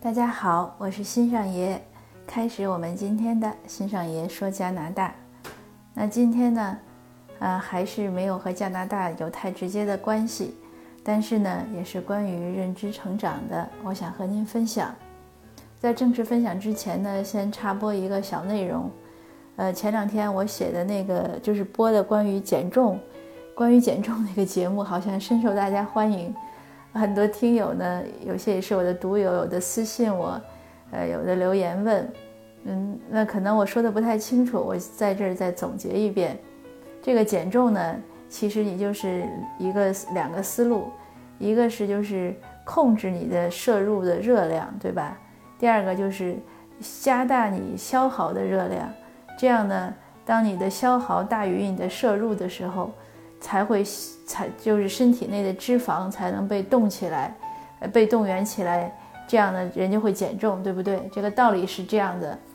大家好，我是新上爷，开始我们今天的新上爷说加拿大。那今天呢，还是没有和加拿大有太直接的关系，但是呢，也是关于认知成长的，我想和您分享。在正式分享之前呢，先插播一个小内容。前两天我写的那个就是播的关于减重那个节目，好像深受大家欢迎。很多听友呢，有些也是我的读友，有的私信我，有的留言问，那可能我说的不太清楚，我在这儿再总结一遍。这个减重呢，其实你就是两个思路，一个是就是控制你的摄入的热量，对吧？第二个就是加大你消耗的热量，这样呢，当你的消耗大于你的摄入的时候，就是身体内的脂肪才能被动起来，被动员起来，这样呢人就会减重，对不对？这个道理是这样的。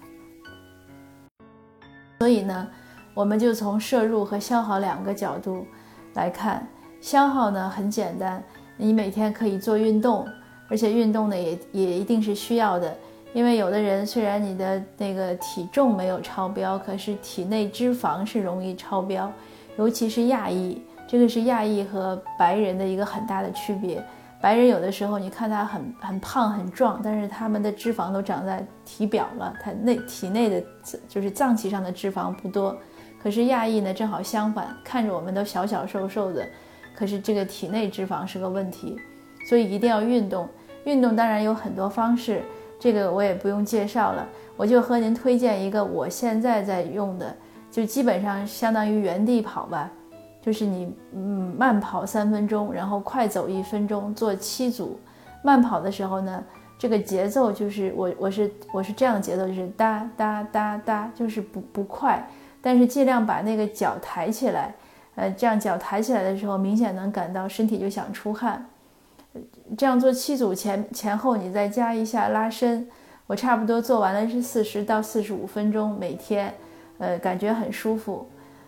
所以呢，我们就从摄入和消耗两个角度来看。消耗呢很简单，你每天可以做运动，而且运动呢也一定是需要的。因为有的人虽然你的那个体重没有超标，可是体内脂肪是容易超标，尤其是亚裔，这个是亚裔和白人的一个很大的区别。白人有的时候你看他很胖很壮，但是他们的脂肪都长在体表了，他体内的就是脏器上的脂肪不多。可是亚裔呢正好相反，看着我们都小小瘦瘦的，可是这个体内脂肪是个问题。所以一定要运动。运动当然有很多方式，这个我也不用介绍了，我就和您推荐一个我现在在用的，就基本上相当于原地跑吧，就是你慢跑3分钟，然后快走1分钟，做7组。慢跑的时候呢，这个节奏就是我是这样的节奏，就是哒哒哒哒，就是不快，但是尽量把那个脚抬起来，这样脚抬起来的时候，明显能感到身体就想出汗。这样做7组前后你再加一下拉伸，我差不多做完了是40到45分钟每天，感觉很舒服。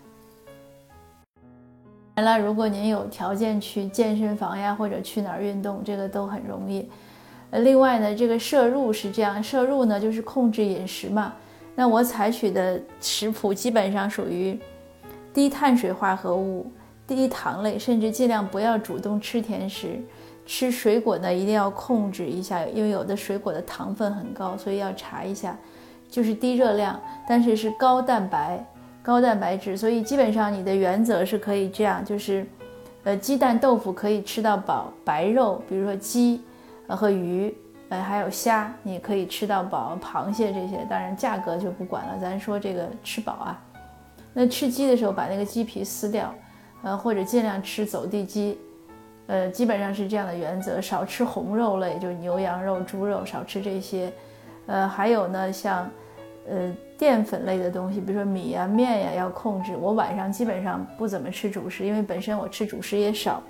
当然了，如果您有条件去健身房呀，或者去哪儿运动，这个都很容易。另外呢，这个摄入是这样，摄入呢就是控制饮食嘛。那我采取的食谱基本上属于低碳水化合物、低糖类，甚至尽量不要主动吃甜食。吃水果呢一定要控制一下，因为有的水果的糖分很高，所以要查一下。就是低热量，但是是高蛋白质，所以基本上你的原则是可以这样，就是鸡蛋豆腐可以吃到饱，白肉比如说鸡和鱼还有虾你可以吃到饱，螃蟹这些当然价格就不管了，咱说这个吃饱啊。那吃鸡的时候把那个鸡皮撕掉，或者尽量吃走地鸡，基本上是这样的原则，少吃红肉类，就是牛羊肉、猪肉，少吃这些。还有呢，像淀粉类的东西，比如说米呀、面呀，要控制。我晚上基本上不怎么吃主食，因为本身我吃主食也少。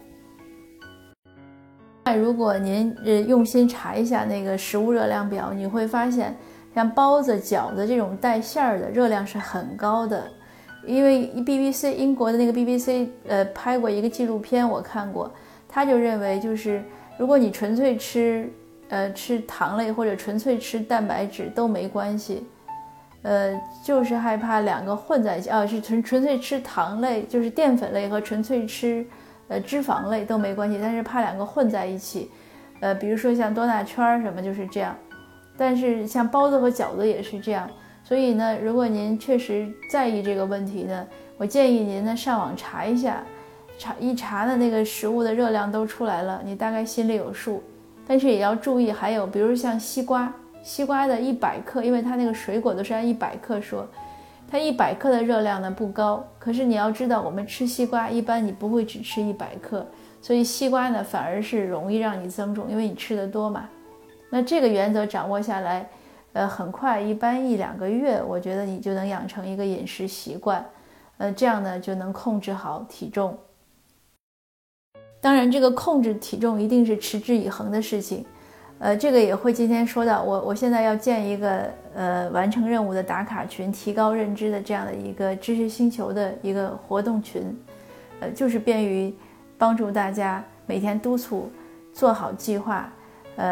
如果您用心查一下那个食物热量表，你会发现像包子、饺子这种带馅儿的热量是很高的。因为 BBC 英国的那个 BBC 拍过一个纪录片，我看过，他就认为就是如果你纯粹吃糖类或者纯粹吃蛋白质都没关系，就是害怕两个混在一起，是纯粹吃糖类，就是淀粉类和纯粹吃脂肪类都没关系，但是怕两个混在一起，比如说像多纳圈什么就是这样，但是像包子和饺子也是这样。所以呢，如果您确实在意这个问题呢，我建议您呢上网查一下，一查的那个食物的热量都出来了，你大概心里有数。但是也要注意，还有比如像西瓜的100克，因为它那个水果都是按100克说，它100克的热量呢不高，可是你要知道我们吃西瓜一般你不会只吃100克，所以西瓜呢反而是容易让你增重，因为你吃得多嘛。那这个原则掌握下来，很快，一般1-2个月，我觉得你就能养成一个饮食习惯，这样呢就能控制好体重。当然这个控制体重一定是持之以恒的事情，这个也会今天说到，我现在要建一个完成任务的打卡群，提高认知的这样的一个知识星球的一个活动群，就是便于帮助大家每天督促做好计划，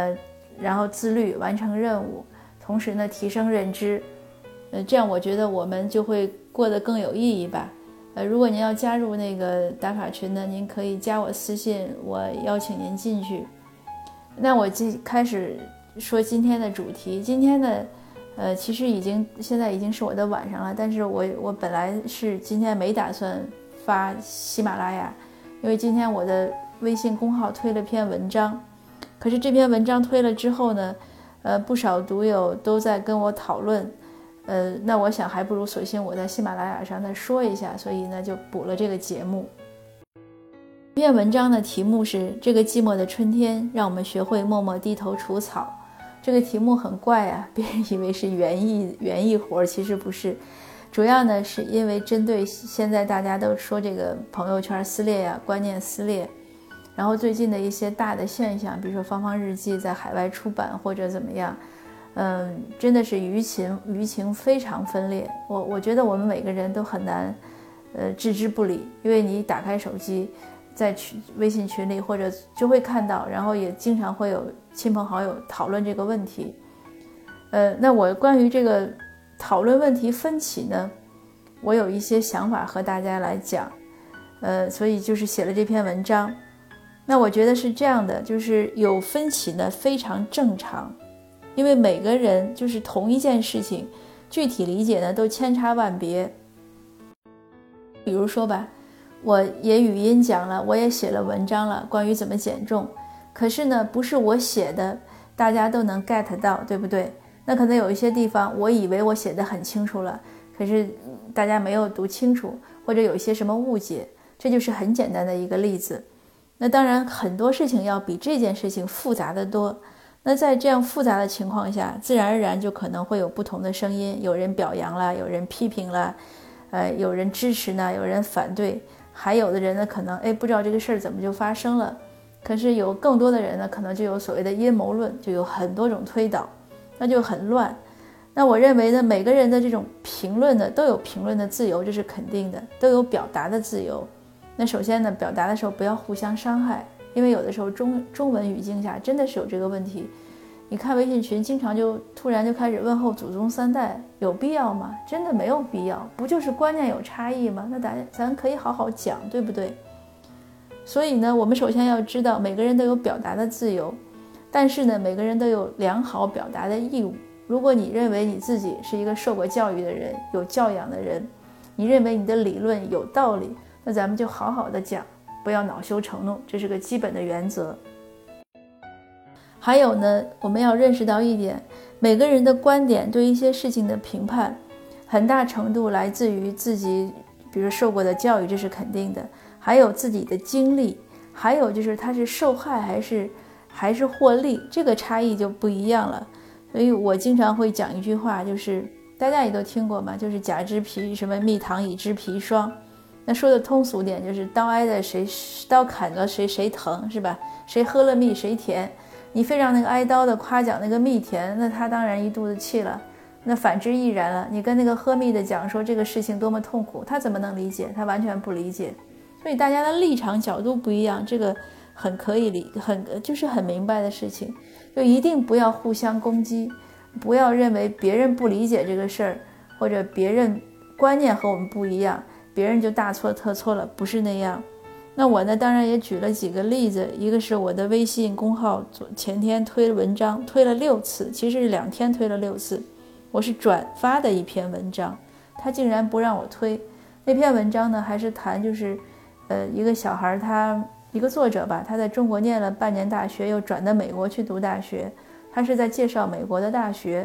然后自律完成任务，同时呢提升认知，这样我觉得我们就会过得更有意义吧。如果您要加入那个打卡群呢，您可以加我私信，我邀请您进去。那我开始说今天的主题。今天呢其实现在已经是我的晚上了，但是我本来是今天没打算发喜马拉雅，因为今天我的微信公号推了篇文章，可是这篇文章推了之后呢，不少读友都在跟我讨论，那我想还不如索性我在喜马拉雅上再说一下，所以呢就补了这个节目。这篇文章的题目是这个寂寞的春天，让我们学会默默低头除草。这个题目很怪啊，别人以为是园艺活，其实不是。主要呢是因为针对现在大家都说这个朋友圈撕裂呀，观念撕裂，然后最近的一些大的现象，比如说芳芳日记在海外出版或者怎么样，真的是舆情非常分裂。我觉得我们每个人都很难置之不理，因为你打开手机在微信群里或者就会看到，然后也经常会有亲朋好友讨论这个问题。那我关于这个讨论问题分歧呢，我有一些想法和大家来讲，所以就是写了这篇文章。那我觉得是这样的，就是有分歧呢非常正常，因为每个人就是同一件事情，具体理解呢都千差万别。比如说吧，我也语音讲了，我也写了文章了，关于怎么减重，可是呢不是我写的大家都能 get 到，对不对？那可能有一些地方我以为我写得很清楚了，可是大家没有读清楚，或者有一些什么误解，这就是很简单的一个例子。那当然很多事情要比这件事情复杂得多，那在这样复杂的情况下，自然而然就可能会有不同的声音，有人表扬了，有人批评了，有人支持呢，有人反对，还有的人呢可能不知道这个事儿怎么就发生了，可是有更多的人呢可能就有所谓的阴谋论，就有很多种推导，那就很乱。那我认为呢，每个人的这种评论呢都有评论的自由，这是肯定的，都有表达的自由。那首先呢，表达的时候不要互相伤害，因为有的时候中文语境下真的是有这个问题。你看微信群经常就突然就开始问候祖宗三代，有必要吗？真的没有必要，不就是观念有差异吗？那咱可以好好讲，对不对？所以呢，我们首先要知道每个人都有表达的自由，但是呢，每个人都有良好表达的义务。如果你认为你自己是一个受过教育的人，有教养的人，你认为你的理论有道理，那咱们就好好的讲，不要恼羞成怒，这是个基本的原则。还有呢，我们要认识到一点，每个人的观点对一些事情的评判，很大程度来自于自己，比如受过的教育，这是肯定的，还有自己的经历，还有就是他是受害还是获利，这个差异就不一样了。所以我经常会讲一句话，就是大家也都听过嘛，就是甲之皮什么蜜糖乙之砒霜。那说的通俗点，就是刀挨的谁，刀砍了谁谁疼，是吧？谁喝了蜜谁甜。你非让那个挨刀的夸奖那个蜜甜，那他当然一肚子气了。那反之亦然了，你跟那个喝蜜的讲说这个事情多么痛苦，他怎么能理解？他完全不理解。所以大家的立场角度不一样，这个很可以就是很明白的事情。就一定不要互相攻击，不要认为别人不理解这个事儿，或者别人观念和我们不一样，别人就大错特错了，不是那样。那我呢，当然也举了几个例子，一个是我的微信公号前天推文章，推了6次，其实是2天推了6次，我是转发的一篇文章，他竟然不让我推。那篇文章呢，还是谈就是一个小孩，他一个作者吧，他在中国念了半年大学，又转到美国去读大学，他是在介绍美国的大学。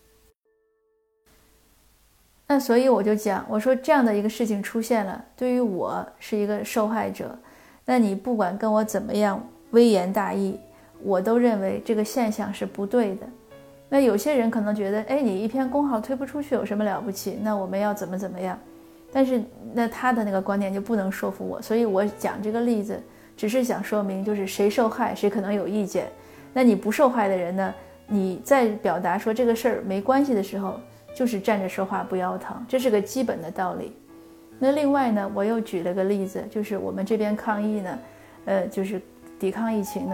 那所以我就讲，我说这样的一个事情出现了，对于我是一个受害者，那你不管跟我怎么样微言大义，我都认为这个现象是不对的。那有些人可能觉得，你一篇公号推不出去有什么了不起，那我们要怎么样，但是那他的那个观点就不能说服我。所以我讲这个例子只是想说明，就是谁受害谁可能有意见，那你不受害的人呢，你在表达说这个事儿没关系的时候，就是站着说话不腰疼，这是个基本的道理。那另外呢，我又举了个例子，就是我们这边抗疫呢，就是抵抗疫情呢，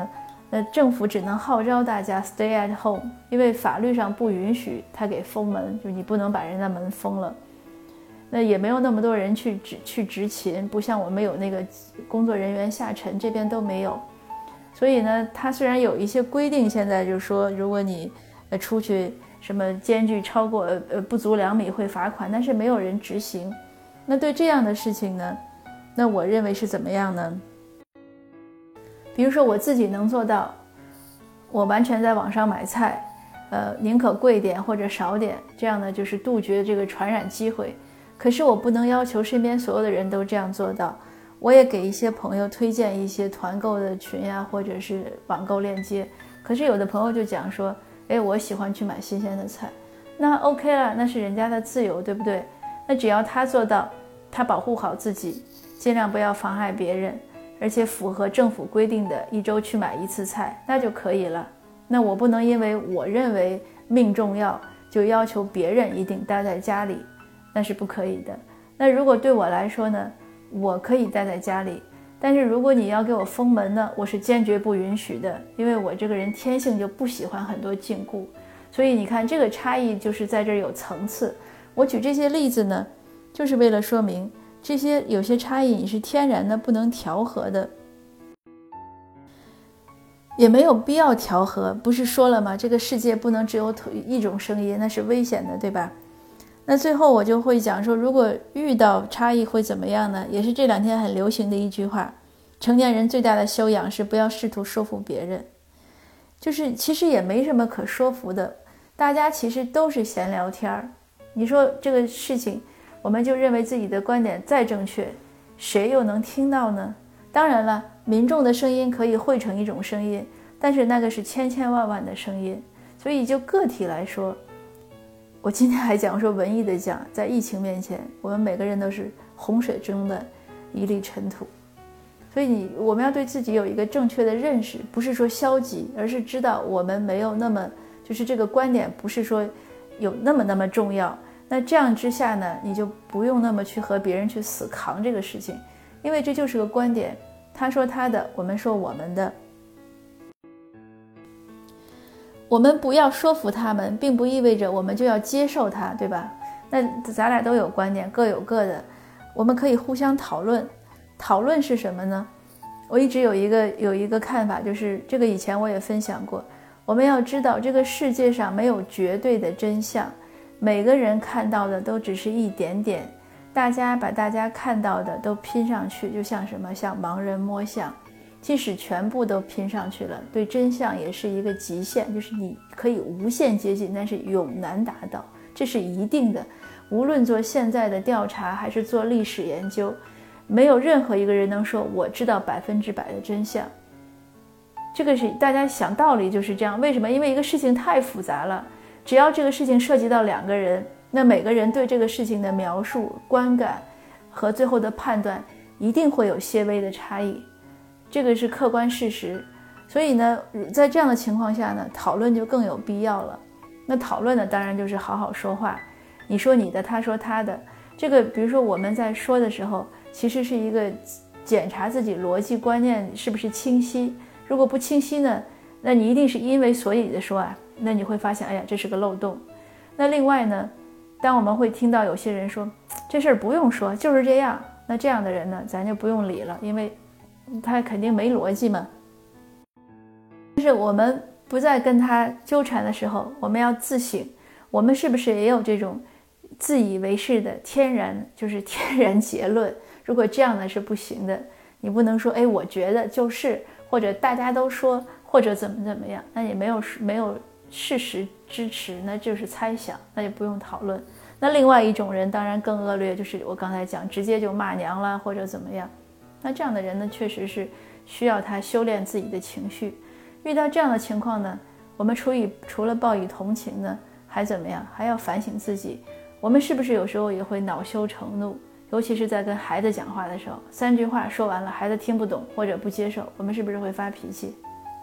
那政府只能号召大家 stay at home， 因为法律上不允许他给封门，就你不能把人家门封了。那也没有那么多人去执勤，不像我们有那个工作人员下沉，这边都没有。所以呢，他虽然有一些规定，现在就是说，如果你出去什么间距超过不足2米会罚款，但是没有人执行。那对这样的事情呢，那我认为是怎么样呢？比如说我自己能做到，我完全在网上买菜，宁可贵点或者少点，这样呢就是杜绝这个传染机会。可是我不能要求身边所有的人都这样做到，我也给一些朋友推荐一些团购的群呀，或者是网购链接。可是有的朋友就讲说，我喜欢去买新鲜的菜，那 OK 了，那是人家的自由，对不对？那只要他做到，他保护好自己，尽量不要妨害别人，而且符合政府规定的1周去买1次菜，那就可以了。那我不能因为我认为命重要，就要求别人一定待在家里，那是不可以的。那如果对我来说呢，我可以待在家里，但是如果你要给我封门呢，我是坚决不允许的，因为我这个人天性就不喜欢很多禁锢。所以你看这个差异就是在这儿有层次。我举这些例子呢，就是为了说明这些有些差异你是天然的不能调和的，也没有必要调和。不是说了吗？这个世界不能只有一种声音，那是危险的，对吧？那最后我就会讲说，如果遇到差异会怎么样呢？也是这2天很流行的一句话，成年人最大的修养是不要试图说服别人。就是其实也没什么可说服的，大家其实都是闲聊天。你说这个事情，我们就认为自己的观点再正确，谁又能听到呢？当然了，民众的声音可以汇成一种声音，但是那个是千千万万的声音。所以就个体来说，我今天还讲说文艺的讲，在疫情面前，我们每个人都是洪水中的一粒尘土。所以我们要对自己有一个正确的认识，不是说消极，而是知道我们没有那么，就是这个观点不是说有那么重要。那这样之下呢，你就不用那么去和别人去死扛这个事情，因为这就是个观点，他说他的，我们说我们的。我们不要说服他们，并不意味着我们就要接受他，对吧？那咱俩都有观点，各有各的，我们可以互相讨论。讨论是什么呢？我一直有一个看法，就是这个以前我也分享过，我们要知道这个世界上没有绝对的真相，每个人看到的都只是一点点，大家把大家看到的都拼上去，就像什么，像盲人摸象。即使全部都拼上去了，对真相也是一个极限，就是你可以无限接近，但是永难达到，这是一定的。无论做现在的调查还是做历史研究，没有任何一个人能说我知道100%的真相。这个是大家想道理就是这样。为什么？因为一个事情太复杂了，只要这个事情涉及到2个人，那每个人对这个事情的描述、观感和最后的判断一定会有些微的差异，这个是客观事实。所以呢，在这样的情况下呢，讨论就更有必要了。那讨论呢，当然就是好好说话，你说你的，他说他的。这个比如说我们在说的时候，其实是一个检查自己逻辑观念是不是清晰。如果不清晰呢，那你一定是因为所以的说啊，那你会发现，哎呀，这是个漏洞。那另外呢，当我们会听到有些人说这事儿不用说，就是这样，那这样的人呢，咱就不用理了，因为他肯定没逻辑嘛。但是我们不再跟他纠缠的时候，我们要自省，我们是不是也有这种自以为是的天然结论？如果这样呢是不行的，你不能说我觉得就是，或者大家都说，或者怎么样，那也没有事实支持，那就是猜想，那就不用讨论。那另外一种人当然更恶劣，就是我刚才讲直接就骂娘了或者怎么样。那这样的人呢，确实是需要他修炼自己的情绪。遇到这样的情况呢，我们除了报以同情呢，还怎么样？还要反省自己，我们是不是有时候也会恼羞成怒？尤其是在跟孩子讲话的时候，3句话说完了，孩子听不懂或者不接受，我们是不是会发脾气？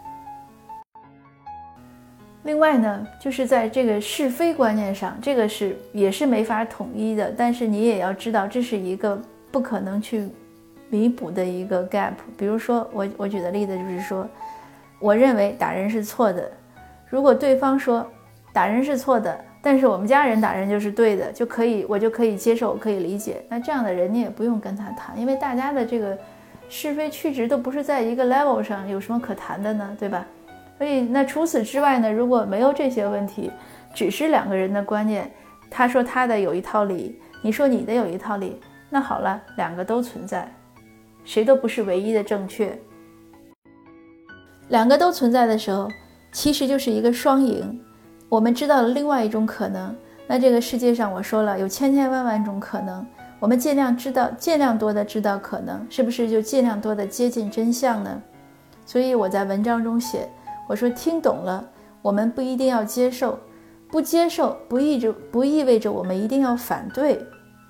另外呢，就是在这个是非观念上，这个也是没法统一的，但是你也要知道，这是一个不可能去弥补的一个 gap。比如说我举的例子就是说， 我认为打人是错的，如果对方说打人是错的，但是我们家人打人就是对的，我就可以接受，可以理解，那这样的人你也不用跟他谈，因为大家的这个是非曲直都不是在一个 level 上，有什么可谈的呢，对吧？所以那除此之外呢，如果没有这些问题，只是两个人的观念，他说他的有一套理，你说你的有一套理，那好了，两个都存在，谁都不是唯一的正确。两个都存在的时候，其实就是一个双赢。我们知道了另外一种可能，那这个世界上我说了有千千万万种可能，我们尽量多的知道可能，是不是就尽量多的接近真相呢？所以我在文章中写，我说听懂了，我们不一定要接受，不接受不意味着我们一定要反对。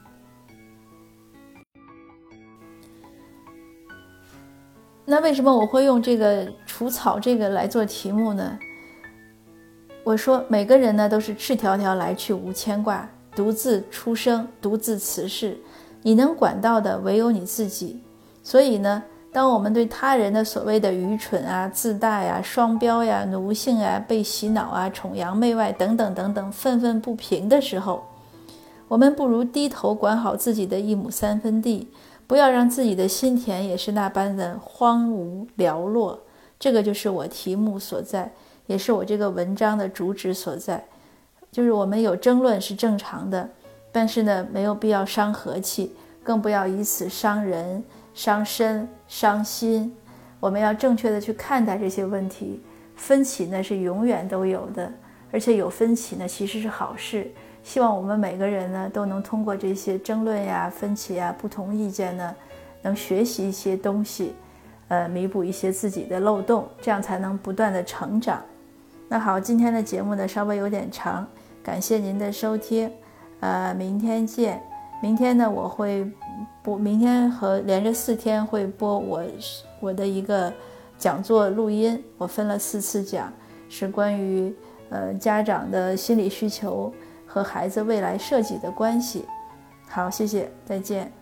那为什么我会用这个除草这个来做题目呢？我说每个人呢都是赤条条来去无牵挂，独自出生，独自辞世，你能管到的唯有你自己。所以呢，当我们对他人的所谓的愚蠢啊、自大呀、双标呀、奴性啊、被洗脑啊、崇洋媚外等等等等愤愤不平的时候，我们不如低头管好自己的1亩3分地，不要让自己的心田也是那般的荒芜寥落。这个就是我题目所在，也是我这个文章的主旨所在。就是我们有争论是正常的，但是呢，没有必要伤和气，更不要以此伤人、伤身、伤心。我们要正确的去看待这些问题。分歧呢是永远都有的，而且有分歧呢其实是好事。希望我们每个人呢都能通过这些争论呀、分歧呀、不同意见呢，能学习一些东西，弥补一些自己的漏洞，这样才能不断的成长。那好，今天的节目呢稍微有点长，感谢您的收听，明天见。明天呢我会播，明天和连着4天会播我的一个讲座录音，我分了4次讲，是关于家长的心理需求和孩子未来设计的关系。好，谢谢，再见。